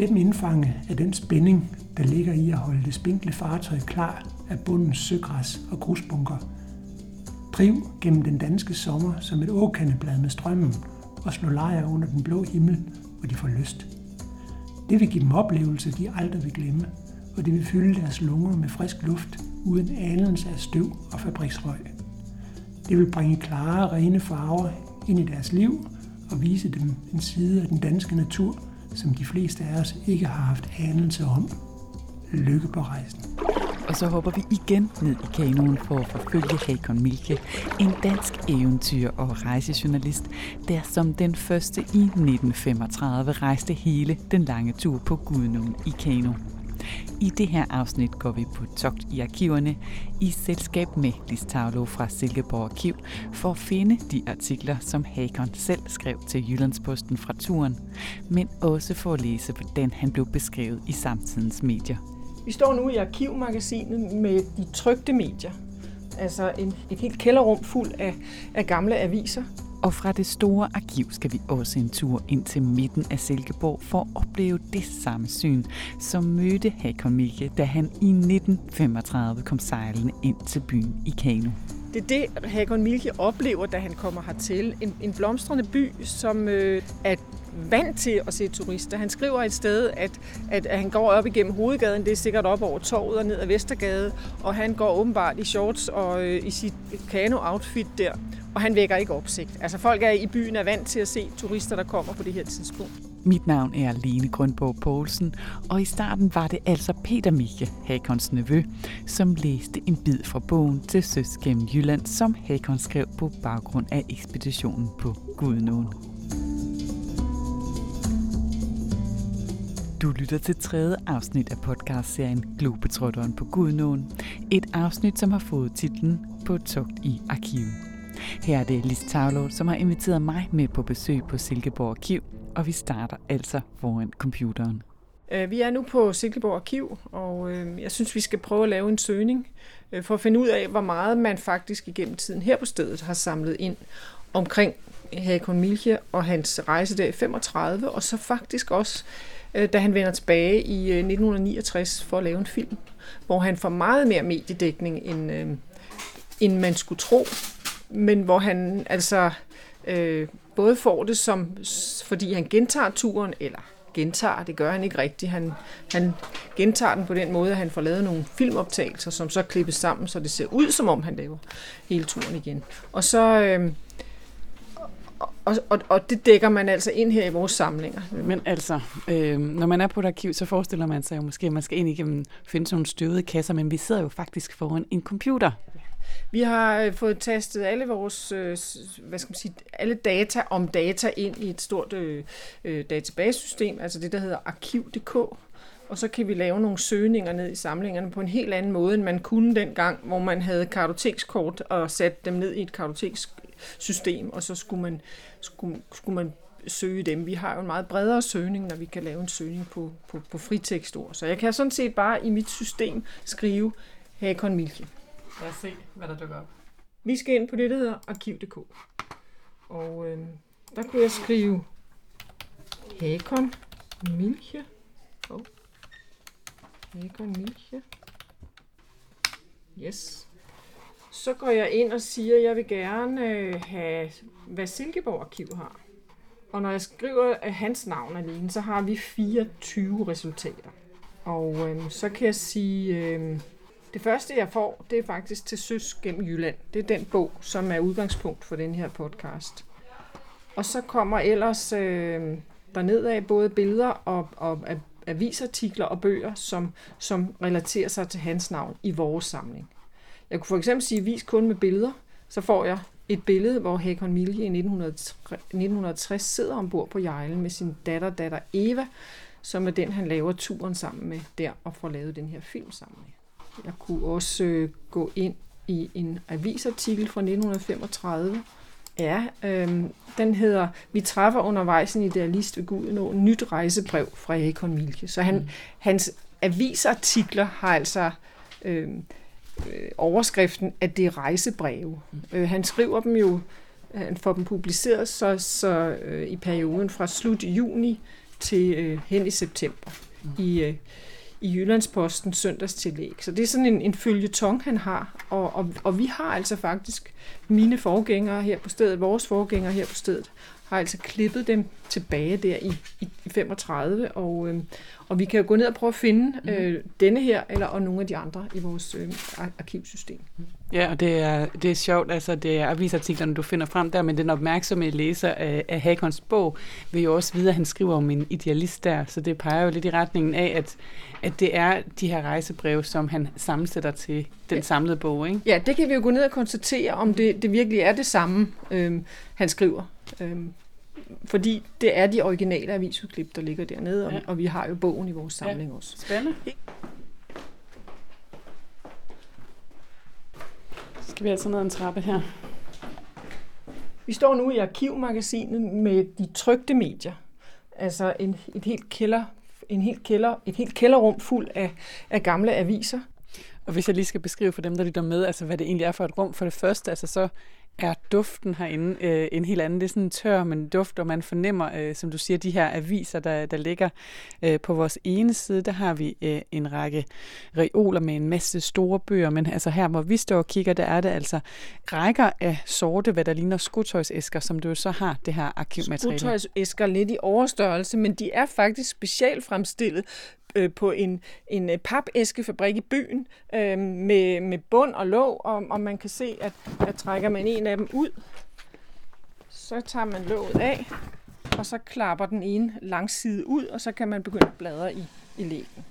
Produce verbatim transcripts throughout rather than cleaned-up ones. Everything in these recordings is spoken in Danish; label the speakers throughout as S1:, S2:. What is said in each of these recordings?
S1: Let dem indfange af den spænding, der ligger i at holde det spinkle fartøj klar af bundens søgræs og grusbunker. Driv gennem den danske sommer som et åkandeblad med strømmen og slå lejr under den blå himmel, hvor de får lyst. Det vil give dem oplevelser, de aldrig vil glemme, og det vil fylde deres lunger med frisk luft uden anelse af støv og fabriksrøg. Det vil bringe klare, rene farver ind i deres liv og vise dem en side af den danske natur, som de fleste af os ikke har haft anelse om. Lykke på rejsen.
S2: Og så hopper vi igen ned i kanoen for at forfølge Hakon Mielche, en dansk eventyr- og rejsejournalist, der som den første i nitten femogtredive rejste hele den lange tur på Gudenåen i kano. I det her afsnit går vi på togt i arkiverne i selskab med Lis Tavlo fra Silkeborg Arkiv for at finde de artikler, som Hakon selv skrev til Jyllandsposten fra turen, men også for at læse, hvordan han blev beskrevet i samtidens medier.
S3: Vi står nu i Arkivmagasinet med de trykte medier, altså en, et helt kælderrum fuld af, af gamle aviser.
S2: Og fra det store arkiv skal vi også en tur ind til midten af Silkeborg for at opleve det samme syn, som mødte Hakon Mielche, da han i nitten femogtredive kom sejlende ind til byen i kano.
S3: Det er det, Hakon Mielche oplever, da han kommer hertil. En, en blomstrende by, som øh, er vant til at se turister. Han skriver et sted, at, at, at han går op igennem hovedgaden, det er sikkert op over torvet og ned ad Vestergade, og han går åbenbart i shorts og øh, i sit kano-outfit der, og han vækker ikke opsigt. Altså folk er i byen er vant til at se turister, der kommer på det her tidspunkt.
S2: Mit navn er Lene Grønborg Poulsen, og i starten var det altså Peter Mielche, Hakons nevø, som læste en bid fra bogen Til søs gennem Jylland, som Hakon skrev på baggrund af ekspeditionen på Gudenåen. Du lytter til tredje afsnit af podcastserien Globetrotteren på Gudenåen. Et afsnit, som har fået titlen På togt i arkivet. Her er det Lis Tavlo, som har inviteret mig med på besøg på Silkeborg Arkiv, og vi starter altså foran computeren.
S3: Vi er nu på Silkeborg Arkiv, og jeg synes, vi skal prøve at lave en søgning for at finde ud af, hvor meget man faktisk igennem tiden her på stedet har samlet ind omkring Hakon Mielche og hans rejse der i femogtredive, og så faktisk også da han vender tilbage i nitten niogtres for at lave en film, hvor han får meget mere mediedækning, end, øh, end man skulle tro, men hvor han altså øh, både får det som, fordi han gentager turen, eller gentager, det gør han ikke rigtigt, han, han gentager den på den måde, at han får lavet nogle filmoptagelser, som så klippes sammen, så det ser ud, som om han laver hele turen igen. Og så... Øh, Og, og, og det dækker man altså ind her i vores samlinger.
S2: Men altså, øh, når man er på et arkiv, så forestiller man sig jo måske, at man skal ind igennem finde sådan nogle støvede kasser, men vi sidder jo faktisk foran en computer.
S3: Vi har fået tastet alle vores, øh, hvad skal man sige, alle data om data ind i et stort øh, databasesystem, altså det, der hedder arkiv punktum d k. Og så kan vi lave nogle søgninger ned i samlingerne på en helt anden måde, end man kunne dengang, hvor man havde kartotekskort og satte dem ned i et kartotekssystem, og så skulle man, skulle, skulle man søge dem. Vi har jo en meget bredere søgning, når vi kan lave en søgning på, på, på fritekstord. Så jeg kan sådan set bare i mit system skrive Hakon Mielche.
S2: Lad os se, hvad der dukker op.
S3: Vi skal ind på det, der hedder arkiv punktum d k. Og øh, der kunne jeg skrive Hakon Mielche. Oh. Hakon Mielche. Yes. Så går jeg ind og siger, at jeg vil gerne øh, have, hvad Silkeborg Arkiv har. Og når jeg skriver øh, hans navn alene, så har vi fireogtyve resultater. Og øh, så kan jeg sige, øh, det første jeg får, det er faktisk Til søs gennem Jylland. Det er den bog, som er udgangspunkt for den her podcast. Og så kommer ellers øh, dernedad både billeder og, og avisartikler og bøger, som, som relaterer sig til hans navn i vores samling. Jeg kunne for eksempel sige, vis kun med billeder, så får jeg et billede, hvor Hakon Mielche i nitten tres sidder ombord på Hjejlen med sin datter, datter Eva, som er den, han laver turen sammen med der og får lavet den her film sammen med. Jeg kunne også øh, gå ind i en avisartikel fra nitten femogtredive. Ja, øh, den hedder Vi træffer undervejs en idealist ved Gudenåen, nyt rejsebrev fra Hakon Mielche. Så han, mm. hans avisartikler har altså øh, øh, overskriften, at det er rejsebreve. Mm. Øh, han skriver dem jo, han får dem publiceret så, så øh, i perioden fra slut juni til øh, hen i september mm. i, øh, i Jyllandsposten søndagstillæg. Så det er sådan en, en føljeton, han har. Og, og, og vi har altså faktisk mine forgængere her på stedet, vores forgængere her på stedet, har altså klippet dem tilbage der i, i femogtredive, og, øh, og vi kan jo gå ned og prøve at finde øh, mm. denne her, eller og nogle af de andre i vores øh, arkivsystem.
S2: Ja, og det er, det er sjovt, altså det er avisartiklerne, du finder frem der, men den opmærksomme læser af, af Hakons bog vil jo også vide, at han skriver om en idealist der, så det peger jo lidt i retningen af, at, at det er de her rejsebreve, som han sammensætter til den ja. samlede bog, ikke?
S3: Ja, det kan vi jo gå ned og konstatere, om det, det virkelig er det samme, øh, han skriver. Øhm, fordi det er de originale avisudklip, der ligger dernede, og, ja. og vi har jo bogen i vores samling ja. også.
S2: Spændende. Skal vi altså ned ad en trappe her?
S3: Vi står nu i Arkivmagasinet med de trykte medier. Altså en, et helt kælder, en helt kælder, et helt kælderrum fuld af, af gamle aviser.
S2: Og hvis jeg lige skal beskrive for dem, der lytter med, altså hvad det egentlig er for et rum, for det første, altså så er duften herinde øh, en helt anden. Det er sådan en tør, men duft, og man fornemmer, øh, som du siger, de her aviser, der, der ligger øh, på vores ene side. Der har vi øh, en række reoler med en masse store bøger, men altså her, hvor vi står og kigger, der er det altså rækker af sorte, hvad der ligner skotøjsæsker, som du så har det her arkivmateriale.
S3: Skotøjsæsker lidt i overstørrelse, men de er faktisk specielt fremstillet på en, en papæskefabrik i byen øh, med, med bund og låg, og, og man kan se, at, at trækker man en af dem ud, så tager man låget af, og så klapper den ene langside ud, og så kan man begynde at bladre i, i lægen.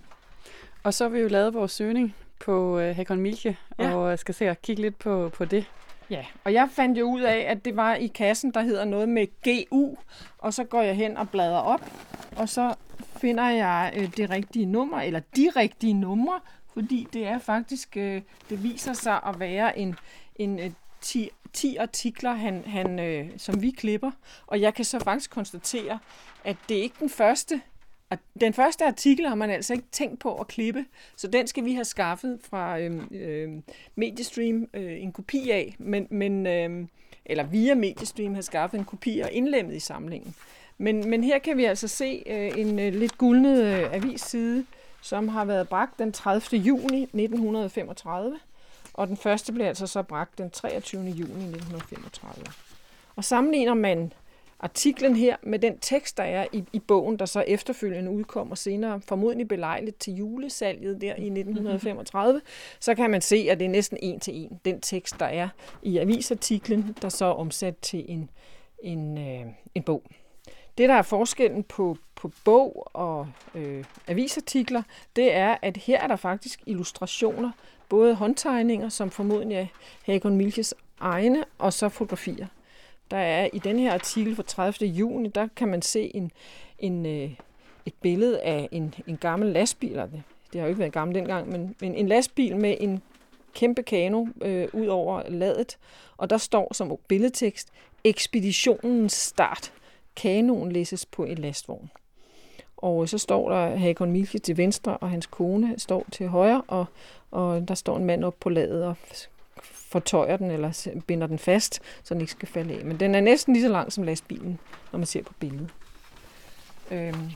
S2: Og så har vi jo lavet vores søgning på øh, Hakon Mielche, ja. og skal se og kigge lidt på, på det.
S3: Ja, og jeg fandt jo ud af, at det var i kassen, der hedder noget med G U, og så går jeg hen og bladrer op, og så finder jeg øh, det rigtige nummer, eller de rigtige numre, fordi det er faktisk, øh, det viser sig at være en, en øh, ti, ti artikler, han, han, øh, som vi klipper, og jeg kan så faktisk konstatere, at det er ikke den første. Den første artikel har man altså ikke tænkt på at klippe, så den skal vi have skaffet fra øh, øh, Mediestream øh, en kopi af, men, men, øh, eller via Mediestream har skaffet en kopi og indlemmet i samlingen. Men, men her kan vi altså se øh, en øh, lidt gulnet øh, avisside, som har været bragt den tredivte juni nitten femogtredive, og den første blev altså så bragt den treogtyvende juni nitten femogtredive. Og sammenligner man artiklen her med den tekst, der er i, i bogen, der så efterfølgende udkommer senere, formodentlig belejligt til julesalget der i nitten femogtredive, så kan man se, at det er næsten en til en. Den tekst, der er i avisartiklen, der så er omsat til en, en, øh, en bog. Det, der er forskellen på, på bog og øh, avisartikler, det er, at her er der faktisk illustrationer, både håndtegninger, som formodentlig er Hakon Mielches egne, og så fotografier. Der er i den her artikel fra tredivte juni, der kan man se en, en, øh, et billede af en, en gammel lastbil. Det, det har jo ikke været gammel dengang, men, men en lastbil med en kæmpe kano øh, ud over ladet. Og der står som billedtekst, ekspeditionens start. Kanoen læses på en lastvogn. Og så står der Hakon Mielche til venstre, og hans kone står til højre, og, og der står en mand op på ladet og fortøjer den, eller binder den fast, så den ikke skal falde af. Men den er næsten lige så lang som lastbilen, når man ser på billedet. Øhm.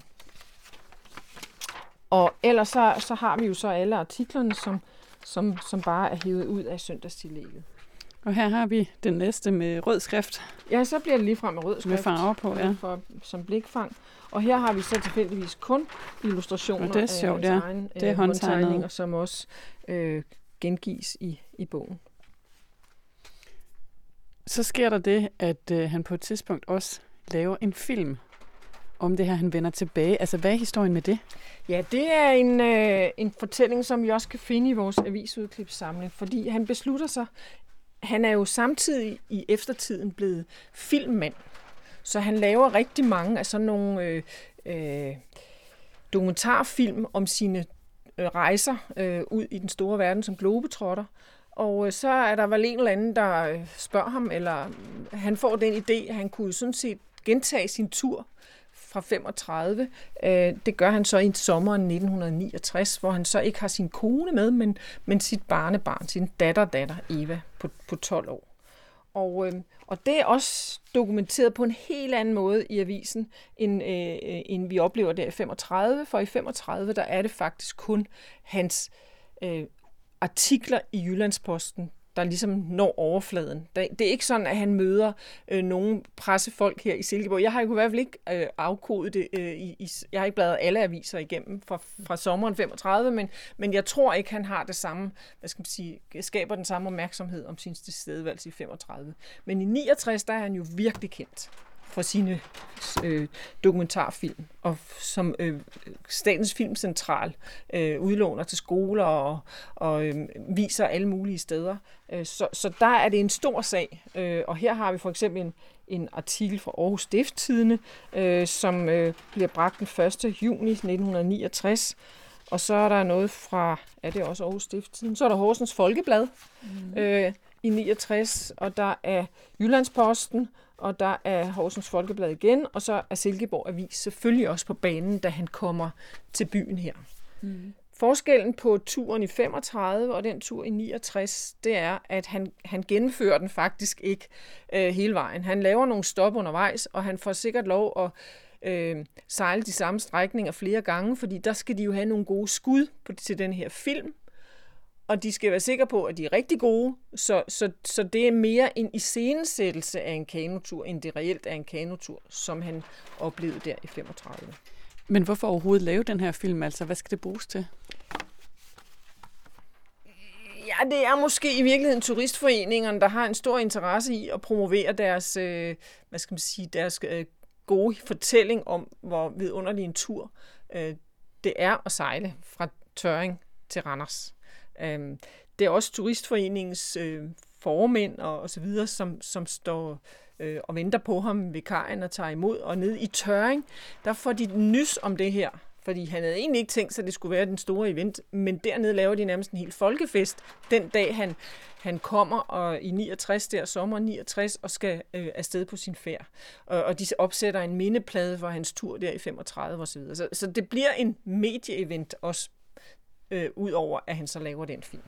S3: Og ellers så, så har vi jo så alle artiklerne, som, som, som bare er hævet ud af søndagstillægget.
S2: Og her har vi den næste med rød skrift.
S3: Ja, så bliver det lige frem med rød skrift.
S2: Med farver på, ja.
S3: For, som blikfang. Og her har vi så tilfældigvis kun illustrationer
S2: det er sjovt,
S3: af hans
S2: ja.
S3: egen
S2: det er
S3: håndtegninger, som også øh, gengives i, i bogen.
S2: Så sker der det, at øh, han på et tidspunkt også laver en film om det her, han vender tilbage. Altså, hvad er historien med det?
S3: Ja, det er en, øh, en fortælling, som vi også kan finde i vores avisudklipssamling, fordi han beslutter sig. Han er jo samtidig i eftertiden blevet filmmand, så han laver rigtig mange af sådan nogle øh, øh, dokumentarfilm om sine øh, rejser øh, ud i den store verden som globetrotter. Og øh, så er der vel en eller anden, der spørger ham, eller han får den idé, at han kunne sådan set gentage sin tur fra femogtredive. Øh, det gør han så i sommeren nitten niogtres, hvor han så ikke har sin kone med, men, men sit barnebarn, sin datter-datter Eva på, på tolv år. Og, øh, og det er også dokumenteret på en helt anden måde i avisen, end, øh, end vi oplever der i femogtredive. For i femogtredive, der er det faktisk kun hans øh, artikler i Jyllandsposten, der ligesom når overfladen. Det er ikke sådan, at han møder øh, nogle pressefolk her i Silkeborg. Jeg har jo i hvert fald ikke øh, afkodet det. Øh, i, i, jeg har ikke bladret alle aviser igennem fra, fra sommeren femogtredive, men, men jeg tror ikke, han har det samme, hvad skal man sige, skaber den samme opmærksomhed om sin tilstedeværelse i femogtredive. Men i niogtres, der er han jo virkelig kendt for sine øh, dokumentarfilm, og som øh, Statens Filmcentral øh, udlåner til skoler og, og øh, viser alle mulige steder. Øh, så, så der er det en stor sag, øh, og her har vi for eksempel en, en artikel fra Aarhus Stiftstidende, øh, som øh, bliver bragt den første juni nitten niogtres, og så er der noget fra, ja, det er også Aarhus Stiftstidende, så er der Horsens Folkeblad mm. øh, i niogtres, og der er Jyllandsposten, og der er Horsens Folkeblad igen, og så er Silkeborg Avis selvfølgelig også på banen, da han kommer til byen her. Mm. Forskellen på turen i femogtredive og den tur i niogtres, det er, at han, han gennemfører den faktisk ikke øh, hele vejen. Han laver nogle stop undervejs, og han får sikkert lov at øh, sejle de samme strækninger flere gange, fordi der skal de jo have nogle gode skud på, til den her film. Og de skal være sikre på, at de er rigtig gode, så, så, så det er mere en iscenesættelse af en kanotur, end det reelt er en kanotur, som han oplevede der i femogtredive.
S2: Men hvorfor overhovedet lave den her film? Altså, hvad skal det bruges til?
S3: Ja, det er måske i virkeligheden turistforeningerne, der har en stor interesse i at promovere deres, øh, hvad skal man sige, deres øh, gode fortælling om, hvor vidunderlig en tur øh, det er at sejle fra Tørring til Randers. Um, det er også turistforeningens øh, formænd og, og så videre, som, som står øh, og venter på ham ved kajen og tager imod. Og nede i Tørring, der får de nys om det her, fordi han havde egentlig ikke tænkt sig, at det skulle være den store event, men dernede laver de nærmest en hel folkefest den dag, han, han kommer og i niogtres, der sommer niogtres, og skal øh, afsted på sin færd. Og, og de opsætter en mindeplade for hans tur der i femogtredive og så videre. Så, så det bliver en medieevent også, Øh, udover at han så laver den film.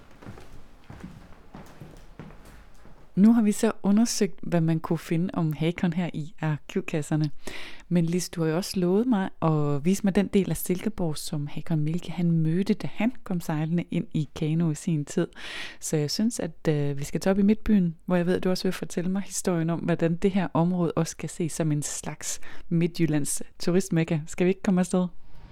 S2: Nu har vi så undersøgt, hvad man kunne finde om Hakon her i arkivkasserne. Men Lis, du har jo også lovet mig at vise mig den del af Silkeborg, som Hakon Mielke han mødte, da han kom sejlende ind i kano i sin tid. Så jeg synes, at øh, vi skal tage op i Midtbyen, hvor jeg ved, at du også vil fortælle mig historien om, hvordan det her område også skal ses som en slags Midtjyllands turistmekka. Skal vi ikke komme afsted?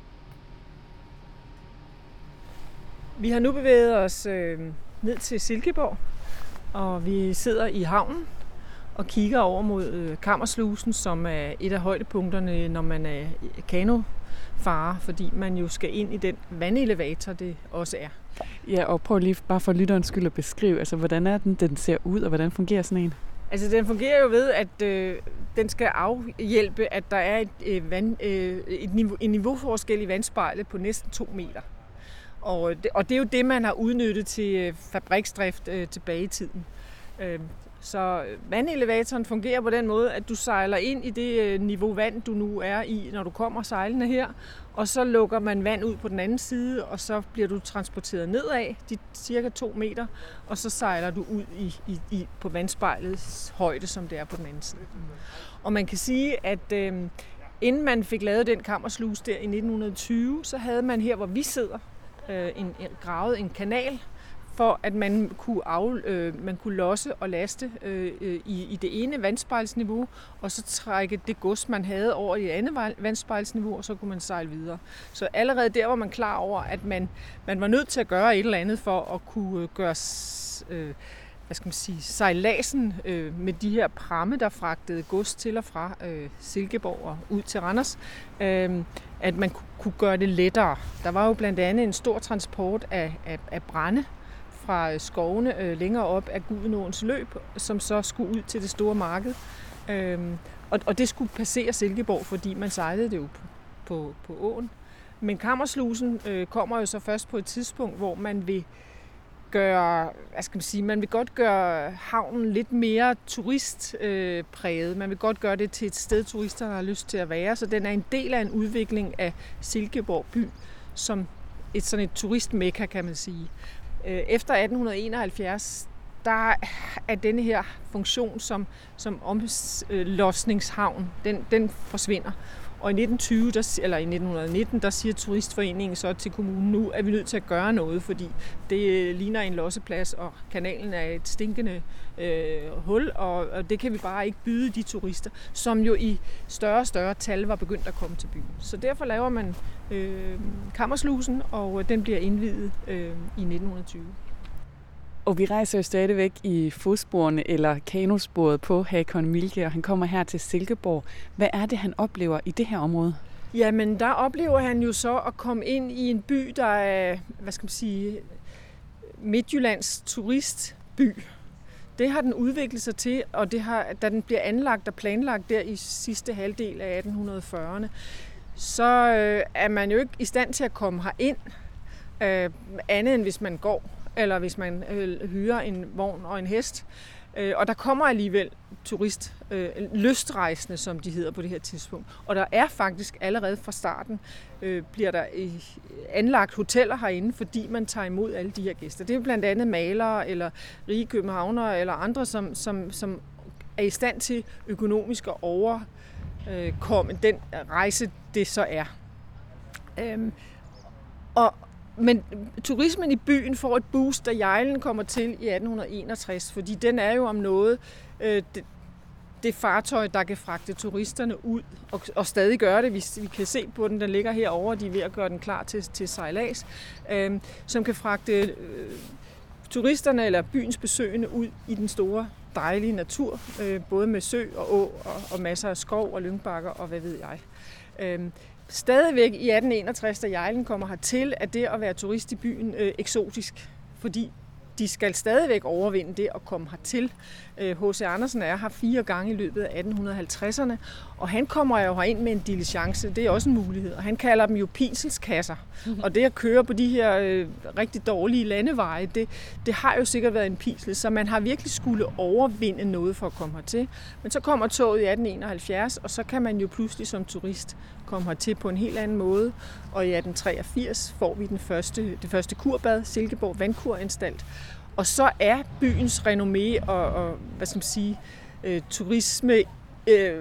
S3: Vi har nu bevæget os øh, ned til Silkeborg, og vi sidder i havnen og kigger over mod øh, Kammerslusen, som er et af højdepunkterne, når man er kanofarer, fordi man jo skal ind i den vandelevator, det også er.
S2: Ja, og prøv lige bare for lytterens skyld at beskrive, altså hvordan er den, den ser ud, og hvordan fungerer sådan en?
S3: Altså, den fungerer jo ved, at øh, den skal afhjælpe, at der er et, øh, vand, øh, et niveau, en niveauforskel i vandspejlet på næsten to meter. Og det, og det er jo det, man har udnyttet til fabriksdrift øh, tilbage i tiden. Øh, så vandelevatoren fungerer på den måde, at du sejler ind i det øh, niveau vand, du nu er i, når du kommer sejlende her, og så lukker man vand ud på den anden side, og så bliver du transporteret nedad, de cirka to meter, og så sejler du ud i, i, i, på vandspejlets højde, som det er på den anden side. Og man kan sige, at øh, inden man fik lavet den kammersluse der i nitten tyve, så havde man her, hvor vi sidder, En, en, gravet en kanal, for at man kunne, af, øh, man kunne losse og laste øh, i, i det ene vandspejlsniveau, og så trække det gods, man havde over i det andet vandspejlsniveau, og så kunne man sejle videre. Så allerede der var man klar over, at man, man var nødt til at gøre et eller andet for at kunne gøre øh, hvad skal man sige, sejladsen øh, med de her pramme, der fragtede gods til og fra øh, Silkeborg og ud til Randers, øh, at man kunne gøre det lettere. Der var jo blandt andet en stor transport af, af, af brænde fra skovene øh, længere op af Gudenåens løb, som så skulle ud til det store marked. Øh, og, og det skulle passere Silkeborg, fordi man sejlede det jo på, på, på åen. Men Kammerslusen øh, kommer jo så først på et tidspunkt, hvor man vil gøre, hvad skal man sige, man vil godt gøre havnen lidt mere turistpræget. Man vil godt gøre det til et sted, turisterne har lyst til at være, så den er en del af en udvikling af Silkeborg by, som et sådan et turistmekka, kan man sige. Efter atten enoghalvfjerds, der er denne her funktion som, som omlosningshavn, den, den forsvinder. Og i nitten tyve, der, eller i nitten nitten, der siger Turistforeningen så til kommunen, nu er vi nødt til at gøre noget, fordi det ligner en losseplads, og kanalen er et stinkende øh, hul, og, og det kan vi bare ikke byde de turister, som jo i større og større tal var begyndt at komme til byen. Så derfor laver man øh, Kammerslusen, og den bliver indviet øh, i nitten tyve.
S2: Og vi rejser jo stadigvæk i fodsporene eller kanosporet på Hakon Mielke, og han kommer her til Silkeborg. Hvad er det, han oplever i det her område?
S3: Jamen, der oplever han jo så at komme ind i en by, der er, hvad skal man sige, Midtjyllands turistby. Det har den udviklet sig til, og det har, da den bliver anlagt og planlagt der i sidste halvdel af atten fyrrerne, så øh, er man jo ikke i stand til at komme herind, øh, andet end hvis man går, eller hvis man øh, hyrer en vogn og en hest. Øh, og der kommer alligevel turist, øh, lystrejsende, som de hedder på det her tidspunkt. Og der er faktisk allerede fra starten, øh, bliver der øh, anlagt hoteller herinde, fordi man tager imod alle de her gæster. Det er blandt andet malere, eller rige københavnere, eller andre, som, som, som er i stand til økonomisk at overkomme den rejse, det så er. Øh, og Men turismen i byen får et boost, da Hjejlen kommer til i atten enogtres, fordi den er jo om noget øh, det, det fartøj, der kan fragte turisterne ud, og, og stadig gøre det. Vi, vi kan se på den, den ligger herovre, de er ved at gøre den klar til, til sejlads, øh, som kan fragte øh, turisterne eller byens besøgende ud i den store, dejlige natur, øh, både med sø og å og, og masser af skov og lyngbakker og hvad ved jeg. Øh, Stadigvæk i atten enogtres, da Hjejlen kommer hertil, er det at være turist i byen øh, eksotisk, fordi de skal stadigvæk overvinde det at komme hertil. H C Andersen er her fire gange i løbet af atten halvtredserne, og han kommer jo herind med en diligence, det er også en mulighed, og han kalder dem jo pinselskasser. Mm-hmm. Og det at køre på de her øh, rigtig dårlige landeveje, det, det har jo sikkert været en pinsel, så man har virkelig skulle overvinde noget for at komme hertil. Men så kommer toget i atten enoghalvfjerds, og så kan man jo pludselig som turist komme hertil på en helt anden måde, og i atten treogfirs får vi den første, det første kurbad, Silkeborg Vandkuranstalt. Og så er byens renommé og, og hvad skal man sige, øh, turisme øh,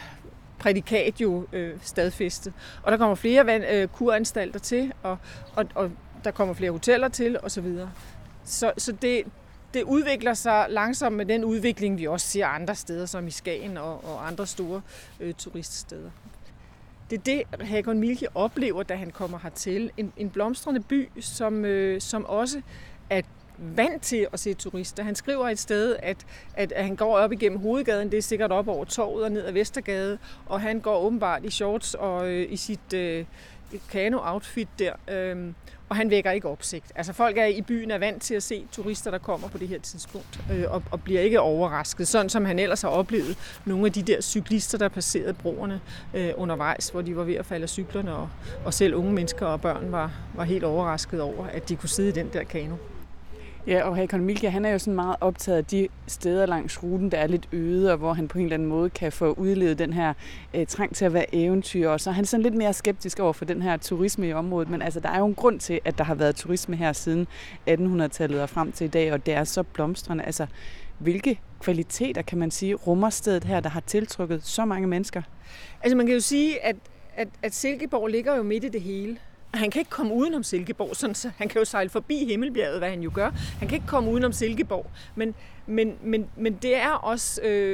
S3: prædikat jo øh, stadfæstet. Og der kommer flere vand, øh, kuranstalter til, og, og, og der kommer flere hoteller til, osv. Så, videre. så, så det, det udvikler sig langsomt med den udvikling, vi også ser andre steder, som i Skagen og, og andre store øh, turiststeder. Det er det, Hakon Mielke oplever, da han kommer hertil. En, en blomstrende by, som, øh, som også er vant til at se turister. Han skriver et sted, at, at, at han går op igennem Hovedgaden, det er sikkert op over Torvet og ned ad Vestergade, og han går åbenbart i shorts og øh, i sit øh, kano-outfit der, øh, og han vækker ikke opsigt. Altså folk er i byen er vant til at se turister, der kommer på det her tidspunkt, øh, og, og bliver ikke overrasket, sådan som han ellers har oplevet nogle af de der cyklister, der passerede broerne øh, undervejs, hvor de var ved at falde af cyklerne, og, og selv unge mennesker og børn var, var helt overrasket over, at de kunne sidde i den der kano.
S2: Ja, og Hakon Mielke, han er jo sådan meget optaget af de steder langs ruten, der er lidt øde, og hvor han på en eller anden måde kan få udlevet den her øh, trang til at være eventyr. Og så er han sådan lidt mere skeptisk over for den her turisme i området. Men altså, der er jo en grund til, at der har været turisme her siden attenhundredetallet og frem til i dag, og det er så blomstrende. Altså, hvilke kvaliteter, kan man sige, rummer stedet her, der har tiltrukket så mange mennesker?
S3: Altså, man kan jo sige, at, at, at Silkeborg ligger jo midt i det hele. Han kan ikke komme udenom Silkeborg, sådan så han kan jo sejle forbi Himmelbjerget, hvad han jo gør. Han kan ikke komme udenom Silkeborg, men, men, men, men det er også... Øh,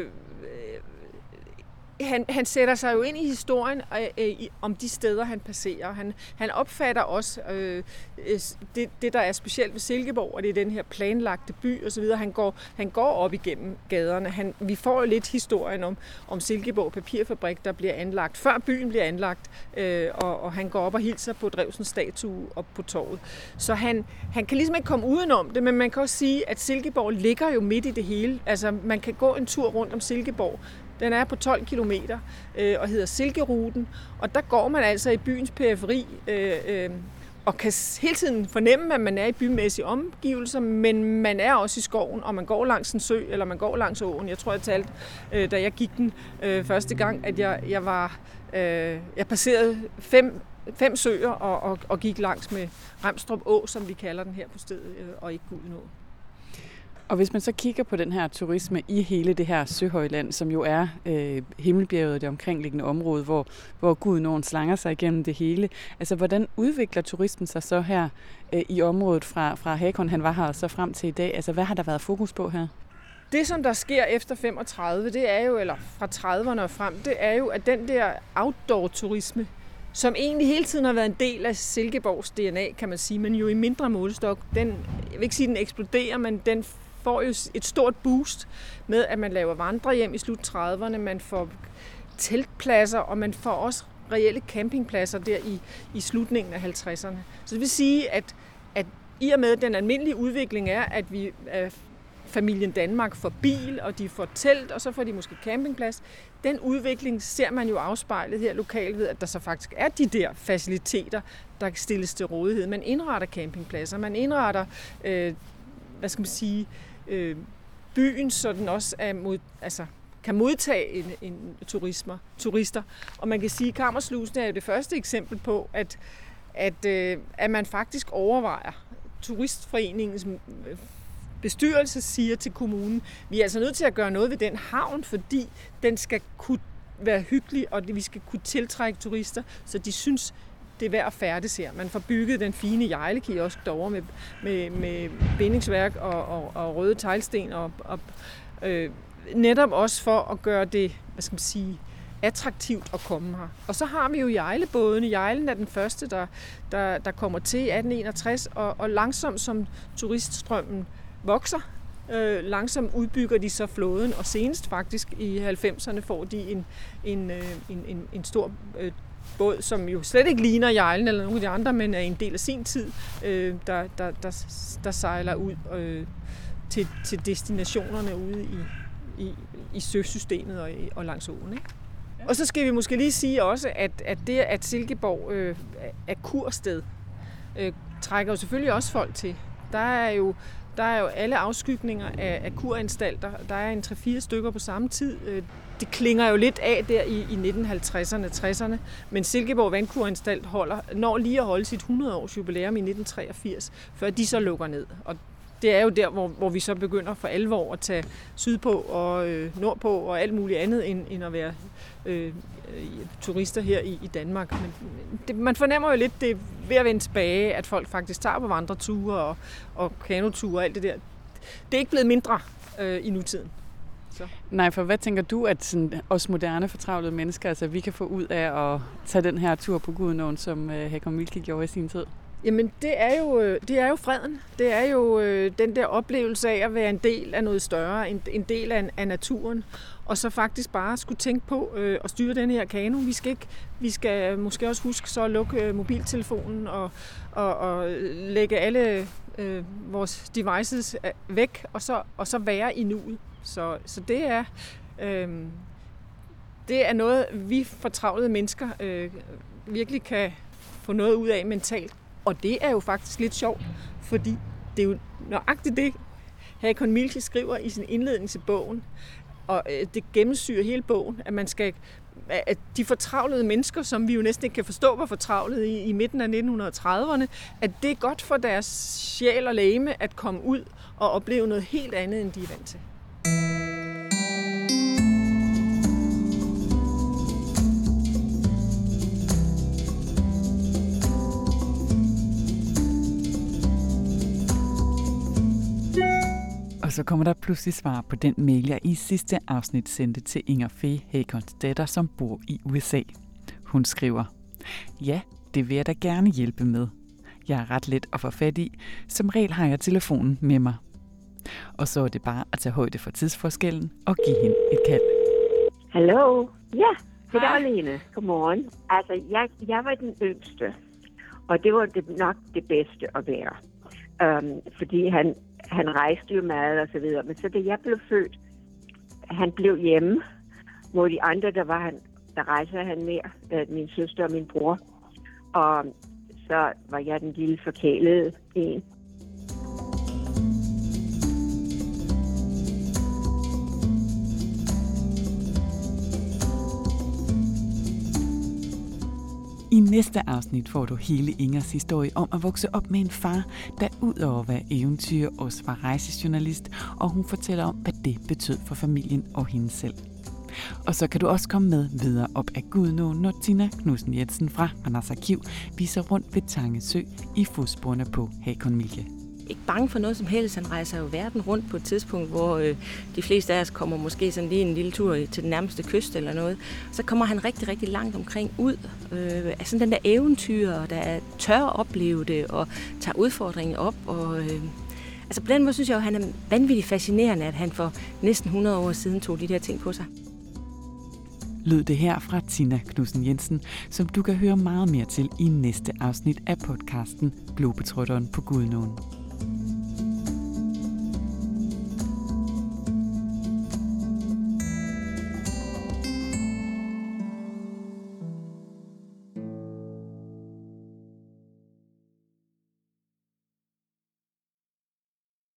S3: han, han sætter sig jo ind i historien øh, om de steder, han passerer. Han, han opfatter også øh, det, det, der er specielt ved Silkeborg, og det er den her planlagte by osv. Han går, han går op igennem gaderne. Han, vi får jo lidt historien om, om Silkeborg Papirfabrik, der bliver anlagt, før byen bliver anlagt, øh, og, og han går op og hilser på Drewsens statue op på torvet. Så han, han kan ligesom ikke komme udenom det, men man kan også sige, at Silkeborg ligger jo midt i det hele. Altså, man kan gå en tur rundt om Silkeborg. Den er på tolv kilometer øh, og hedder Silkeruten, og der går man altså i byens periferi øh, øh, og kan hele tiden fornemme, at man er i bymæssige omgivelser, men man er også i skoven, og man går langs en sø, eller man går langs åen. Jeg tror, jeg talte, øh, da jeg gik den øh, første gang, at jeg, jeg var, øh, jeg passerede fem, fem søer og, og, og gik langs med Remstrup Å, som vi kalder den her på stedet, øh, og ikke Gudenå.
S2: Og hvis man så kigger på den her turisme i hele det her Søhøjland, som jo er øh, Himmelbjerget, det omkringliggende område, hvor, hvor Gudenåen slanger sig igennem det hele. Altså, hvordan udvikler turismen sig så her øh, i området fra, fra Hakon, han var her, og så frem til i dag? Altså, hvad har der været fokus på her?
S3: Det, som der sker efter femogtredive, det er jo, eller fra trediverne og frem, det er jo, at den der outdoor-turisme, som egentlig hele tiden har været en del af Silkeborgs D N A, kan man sige, men jo i mindre målestok, den, jeg vil ikke sige, den eksploderer, men den får jo et stort boost med, at man laver vandrehjem i slut trediverne, man får teltpladser, og man får også reelle campingpladser der i, i slutningen af halvtredserne. Så det vil sige, at, at i og med, at den almindelige udvikling er, at vi at familien Danmark får bil, og de får telt, og så får de måske campingplads. Den udvikling ser man jo afspejlet her lokalt ved, at der så faktisk er de der faciliteter, der stilles til rådighed. Man indretter campingpladser, man indretter, øh, hvad skal man sige, øh, byen, så den også er mod, altså, kan modtage en, en turismer, turister. Og man kan sige, at Kammerslusen er jo det første eksempel på, at, at, øh, at man faktisk overvejer turistforeningens bestyrelse siger til kommunen, vi er altså nødt til at gøre noget ved den havn, fordi den skal kunne være hyggelig, og vi skal kunne tiltrække turister, så de synes, det er værd at færdes her. Man får bygget den fine Jejlekiosk derovre med, med, med bindingsværk og, og, og røde teglsten, og, og øh, netop også for at gøre det, hvad skal man sige, attraktivt at komme her. Og så har vi jo Jejlebådene. Jejlen er den første, der, der, der kommer til i atten enogtres, og, og langsomt som turiststrømmen vokser, øh, langsomt udbygger de så flåden, og senest faktisk i halvfemserne får de en, en, øh, en, en, en stor øh, båd, som jo slet ikke ligner Jejlen eller nogle af de andre, men er en del af sin tid, øh, der, der, der, der sejler ud øh, til, til destinationerne ude i, i, i søsystemet og, og langs åen. Ikke? Og så skal vi måske lige sige også, at, at det, at Silkeborg øh, er kursted, øh, trækker jo selvfølgelig også folk til. Der er jo Der er jo alle afskygninger af, af kuranstalter. Der er en tre-fire stykker på samme tid. Det klinger jo lidt af der i, i nitten halvtredserne, tresserne. Men Silkeborg Vandkuranstalt holder, når lige at holde sit hundrede-års jubilæum i nitten treogfirs, før de så lukker ned. Og det er jo der, hvor, hvor vi så begynder for alvor at tage sydpå og øh, nordpå og alt muligt andet, end, end at være øh, turister her i, i Danmark. Men det, man fornemmer jo lidt, det er ved at vende tilbage, at folk faktisk tager på vandreture og, og kanoture og alt det der. Det er ikke blevet mindre øh, i nutiden. Så.
S2: Nej, for hvad tænker du, at sådan, os moderne fortravlede mennesker, altså vi kan få ud af at tage den her tur på Gudenåen, som øh, Hakon Mielke gjorde i sin tid?
S3: Jamen, det er jo, det er jo freden. Det er jo øh, den der oplevelse af at være en del af noget større, en, en del af, af naturen, og så faktisk bare skulle tænke på øh, at styre den her kano. Vi skal, ikke, vi skal måske også huske så at lukke øh, mobiltelefonen og, og, og lægge alle øh, vores devices væk, og så, og så være i nuet. Så, så det er... Øh, det er noget, vi fortravlede mennesker øh, virkelig kan få noget ud af mentalt. Og det er jo faktisk lidt sjovt, fordi det er jo nøjagtigt det, Hakon Mielke skriver i sin indledning til bogen, og det gennemsyrer hele bogen, at man skal, at de fortravlede mennesker, som vi jo næsten ikke kan forstå, var fortravlet i, i midten af nitten trediverne, at det er godt for deres sjæl og legeme at komme ud og opleve noget helt andet, end de er vant til.
S2: Og så kommer der pludselig svar på den mail, jeg i sidste afsnit sendte til Inger Fee, Hakons datter, som bor i U S A. Hun skriver, ja, det vil jeg da gerne hjælpe med. Jeg er ret let at få fat i. Som regel har jeg telefonen med mig. Og så er det bare at tage højde for tidsforskellen og give hende et kald.
S4: Hallo? Ja, det er Lene. Godmorgen. Altså, jeg, jeg var den yngste, og det var det, nok det bedste at være. Um, fordi han, han rejste jo meget og så videre. Men så da jeg blev født, han blev hjemme, hvor de andre, der var han, der rejste han mere, min søster og min bror. Og så var jeg den lille forkælede en.
S2: I I næste afsnit får du hele Ingers historie om at vokse op med en far, der udover at være eventyr også var rejsejournalist, og hun fortæller om, hvad det betød for familien og hende selv. Og så kan du også komme med videre op af Gudenåen, når Tina Knudsen Jensen fra Randers Arkiv viser rundt ved Tange Sø i fodsporene på Hakon Milke.
S5: Ikke bange for noget som helst. Han rejser jo verden rundt på et tidspunkt, hvor øh, de fleste af os kommer måske sådan lige en lille tur til den nærmeste kyst eller noget. Så kommer han rigtig, rigtig langt omkring ud. Øh, altså den der eventyr, der tør at opleve det og tager udfordringen op. Og, øh, altså på den måde synes jeg jo, at han er vanvittigt fascinerende, at han for næsten hundrede år siden tog de der ting på sig.
S2: Lød det her fra Tina Knudsen Jensen, som du kan høre meget mere til i næste afsnit af podcasten Globetrotteren på Gudenåen.